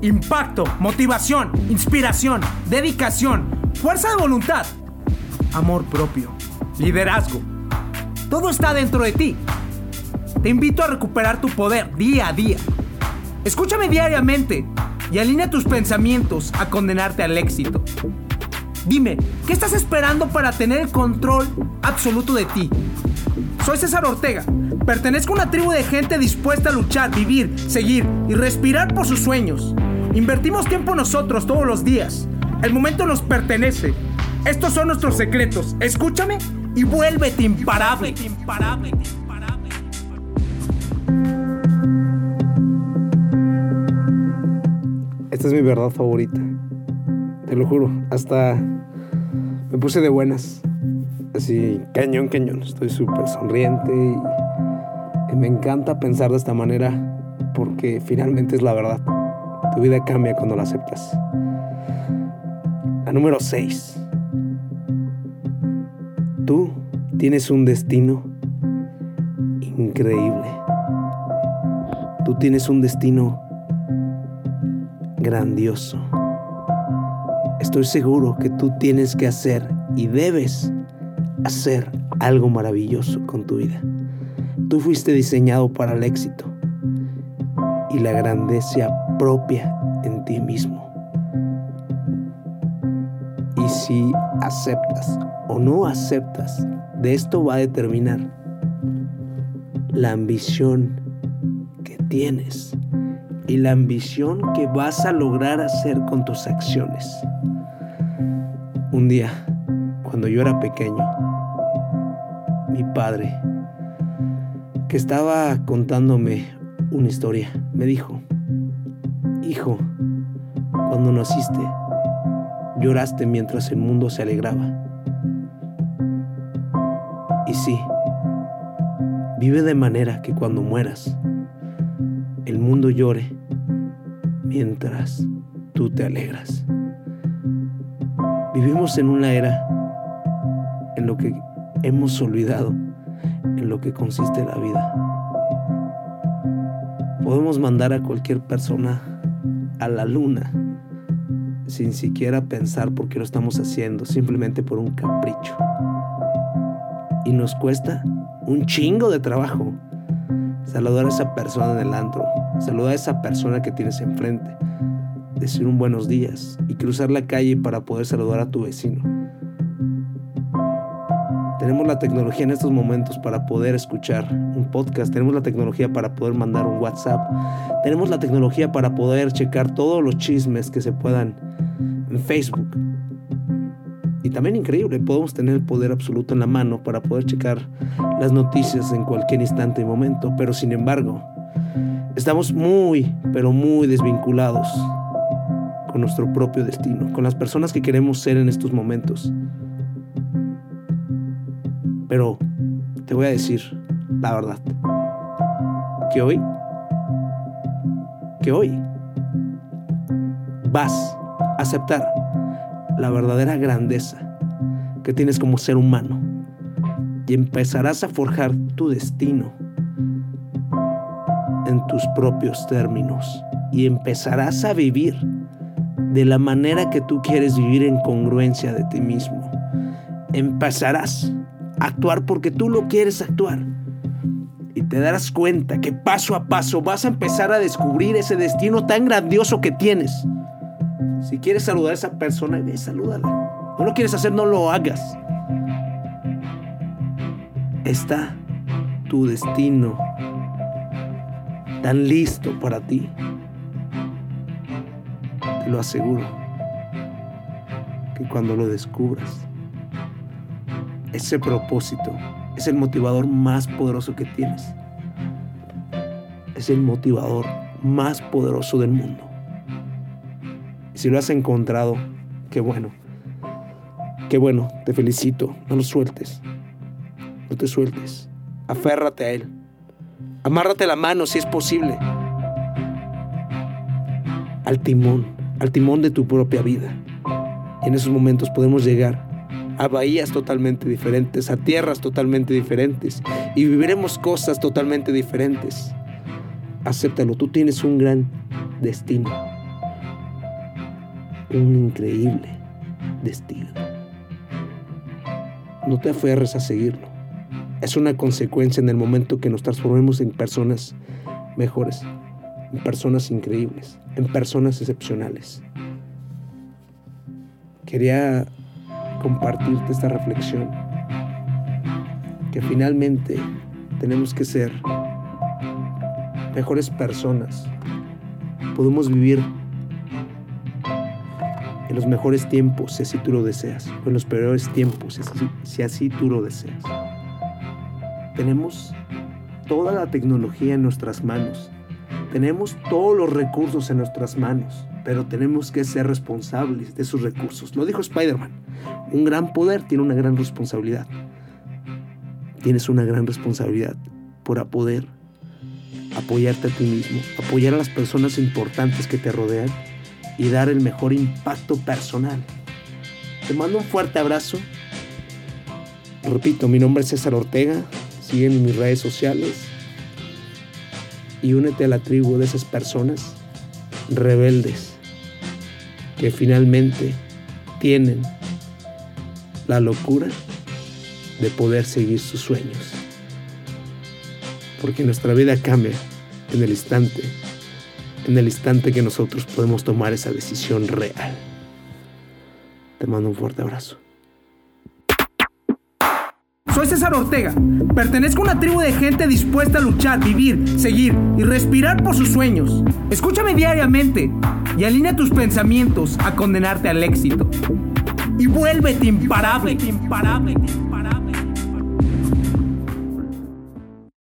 impacto, motivación, inspiración, dedicación, fuerza de voluntad, amor propio, liderazgo. Todo está dentro de ti. Te invito a recuperar tu poder día a día. Escúchame diariamente y alinea tus pensamientos a condenarte al éxito. Dime, ¿qué estás esperando para tener el control absoluto de ti? Soy César Ortega. Pertenezco a una tribu de gente dispuesta a luchar, vivir, seguir y respirar por sus sueños. Invertimos tiempo en nosotros todos los días. El momento nos pertenece. Estos son nuestros secretos. Escúchame y vuélvete imparable. Esta es mi verdad favorita. Te lo juro. Hasta me puse de buenas. Así, cañón. Estoy súper sonriente y me encanta pensar de esta manera porque finalmente es la verdad. Tu vida cambia cuando la aceptas. La número 6. Tú tienes un destino increíble. Tú tienes un destino grandioso. Estoy seguro que tú tienes que hacer y debes hacer algo maravilloso con tu vida. Tú fuiste diseñado para el éxito y la grandeza propia en ti mismo. Y si aceptas o no aceptas, de esto va a determinar la ambición que tienes y la ambición que vas a lograr hacer con tus acciones. Un día, cuando yo era pequeño, mi padre, que estaba contándome una historia, me dijo: hijo, cuando naciste, lloraste mientras el mundo se alegraba. Y sí, vive de manera que cuando mueras, el mundo llore mientras tú te alegras. Vivimos en una era en lo que hemos olvidado en lo que consiste la vida. Podemos mandar a cualquier persona a la luna sin siquiera pensar por qué lo estamos haciendo, simplemente por un capricho. Y nos cuesta un chingo de trabajo saludar a esa persona en el antro, saludar a esa persona que tienes enfrente, decir un buenos días y cruzar la calle para poder saludar a tu vecino. Tenemos la tecnología en estos momentos para poder escuchar un podcast, tenemos la tecnología para poder mandar un WhatsApp, tenemos la tecnología para poder checar todos los chismes que se puedan en Facebook. Y también increíble, podemos tener el poder absoluto en la mano para poder checar las noticias en cualquier instante y momento, pero sin embargo, estamos muy, pero muy desvinculados con nuestro propio destino, con las personas que queremos ser en estos momentos. Pero te voy a decir la verdad, que hoy vas a aceptar la verdadera grandeza que tienes como ser humano y empezarás a forjar tu destino en tus propios términos y empezarás a vivir de la manera que tú quieres vivir en congruencia de ti mismo. Empezarás a actuar porque tú lo quieres actuar y te darás cuenta que paso a paso vas a empezar a descubrir ese destino tan grandioso que tienes. Si quieres saludar a esa persona, ve, salúdala. No lo quieres hacer, no lo hagas. Está tu destino tan listo para ti. Te lo aseguro que cuando lo descubras, ese propósito es el motivador más poderoso que tienes. Es el motivador más poderoso del mundo. Si lo has encontrado, qué bueno, te felicito. No lo sueltes, no te sueltes, aférrate a él, amárrate la mano si es posible al timón de tu propia vida. Y en esos momentos podemos llegar a bahías totalmente diferentes, a tierras totalmente diferentes, y viviremos cosas totalmente diferentes. Acéptalo, tú tienes un gran destino. un increíble destino. No te aferres a seguirlo. Es una consecuencia en el momento que nos transformemos en personas mejores, en personas increíbles, en personas excepcionales. Quería compartirte esta reflexión, que finalmente tenemos que ser mejores personas. Podemos vivir en los mejores tiempos, si así tú lo deseas, o en los peores tiempos, si así tú lo deseas. Tenemos toda la tecnología en nuestras manos, tenemos todos los recursos en nuestras manos, pero tenemos que ser responsables de esos recursos. Lo dijo Spider-Man: un gran poder tiene una gran responsabilidad. Tienes una gran responsabilidad por poder apoyarte a ti mismo, apoyar a las personas importantes que te rodean y dar el mejor impacto personal. Te mando un fuerte abrazo. Repito, mi nombre es César Ortega. Sígueme en mis redes sociales y únete a la tribu de esas personas rebeldes que finalmente tienen la locura de poder seguir sus sueños. Porque nuestra vida cambia en el instante que nosotros podemos tomar esa decisión real. Te mando un fuerte abrazo. Soy César Ortega. Pertenezco a una tribu de gente dispuesta a luchar, vivir, seguir y respirar por sus sueños. Escúchame diariamente y alinea tus pensamientos a condenarte al éxito. Y vuélvete imparable.